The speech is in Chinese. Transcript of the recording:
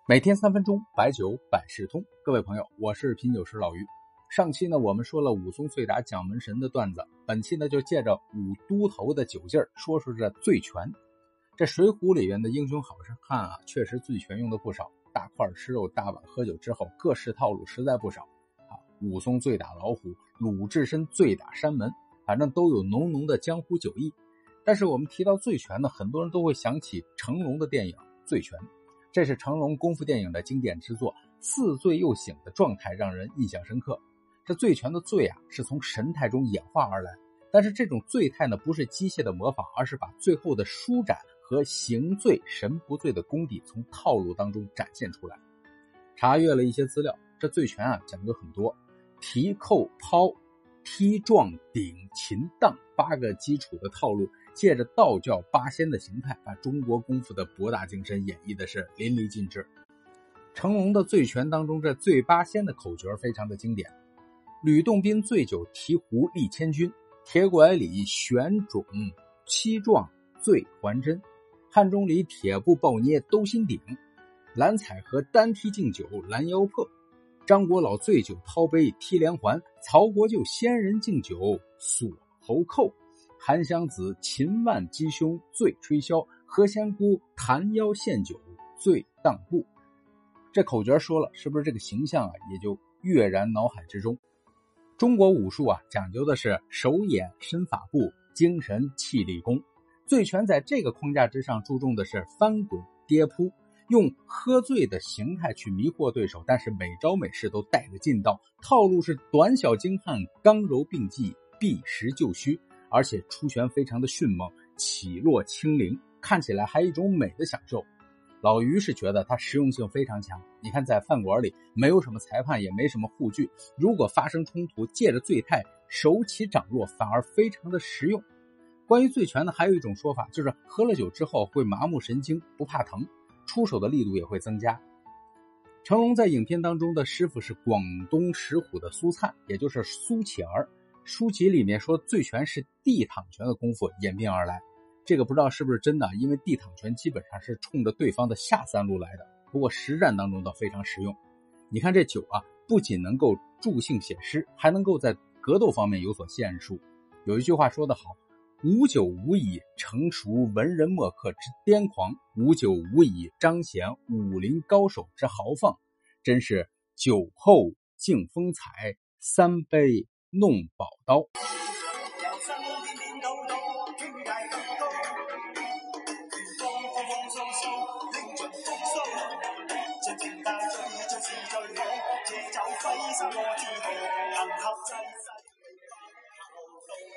每天3分钟，白酒百事通。各位朋友，我是品酒师老于。上期呢，我们说了武松碎打蒋门神的段子，本期呢就借着武都头的酒劲儿，说说这醉拳。这水浒里面的英雄好汉啊，确实醉拳用的不少，大块吃肉，大碗喝酒之后，各式套路实在不少啊。武松醉打老虎，鲁智深醉打山门，反正都有浓浓的江湖酒意。但是我们提到醉拳呢，很多人都会想起成龙的电影《醉拳》。这是成龙功夫电影的经典之作，似醉又醒的状态让人印象深刻。这醉拳的醉啊，是从神态中演化而来，但是这种醉态呢，不是机械的模仿，而是把最后的舒展和形醉神不醉的功底从套路当中展现出来。查阅了一些资料，这醉拳啊讲究很多，提扣抛踢撞顶擒荡8个基础的套路，借着道教八仙的形态，把中国功夫的博大精深演绎的是淋漓尽致。成龙的醉拳当中，这醉八仙的口诀非常的经典：吕洞宾醉酒提壶立千钧，铁拐李旋踵七撞醉还真，汉钟离铁步抱捏兜心顶，蓝采和单踢敬酒拦腰破，张国老醉酒抛杯踢连环，曹国舅仙人敬酒锁喉扣，韩湘子秦腕击胸醉吹箫，何仙姑弹腰献酒醉荡步。这口诀说了，是不是这个形象啊也就跃然脑海之中？中国武术啊讲究的是手眼身法步，精神气力功。醉拳在这个框架之上注重的是翻滚跌扑，用喝醉的形态去迷惑对手，但是每招每式都带着劲道，套路是短小精悍，刚柔并济，避实就虚，而且出拳非常的迅猛，起落轻灵，看起来还有一种美的享受。老于是觉得它实用性非常强，你看在饭馆里没有什么裁判，也没什么护具，如果发生冲突，借着醉态手起掌落，反而非常的实用。关于醉拳呢，还有一种说法，就是喝了酒之后会麻木神经，不怕疼，出手的力度也会增加。成龙在影片当中的师傅是广东石虎的苏灿，也就是苏乞儿。书籍里面说醉拳是地躺拳的功夫演变而来，这个不知道是不是真的，因为地躺拳基本上是冲着对方的下三路来的，不过实战当中倒非常实用。你看这酒啊，不仅能够助兴写诗，还能够在格斗方面有所建树。有一句话说得好，无酒无以成熟文人墨客之癫狂，无酒无以彰显武林高手之豪放。真是酒后敬风采，3杯弄宝刀。这天大醉就似醉好，借酒揮灑我自豪，能合制世。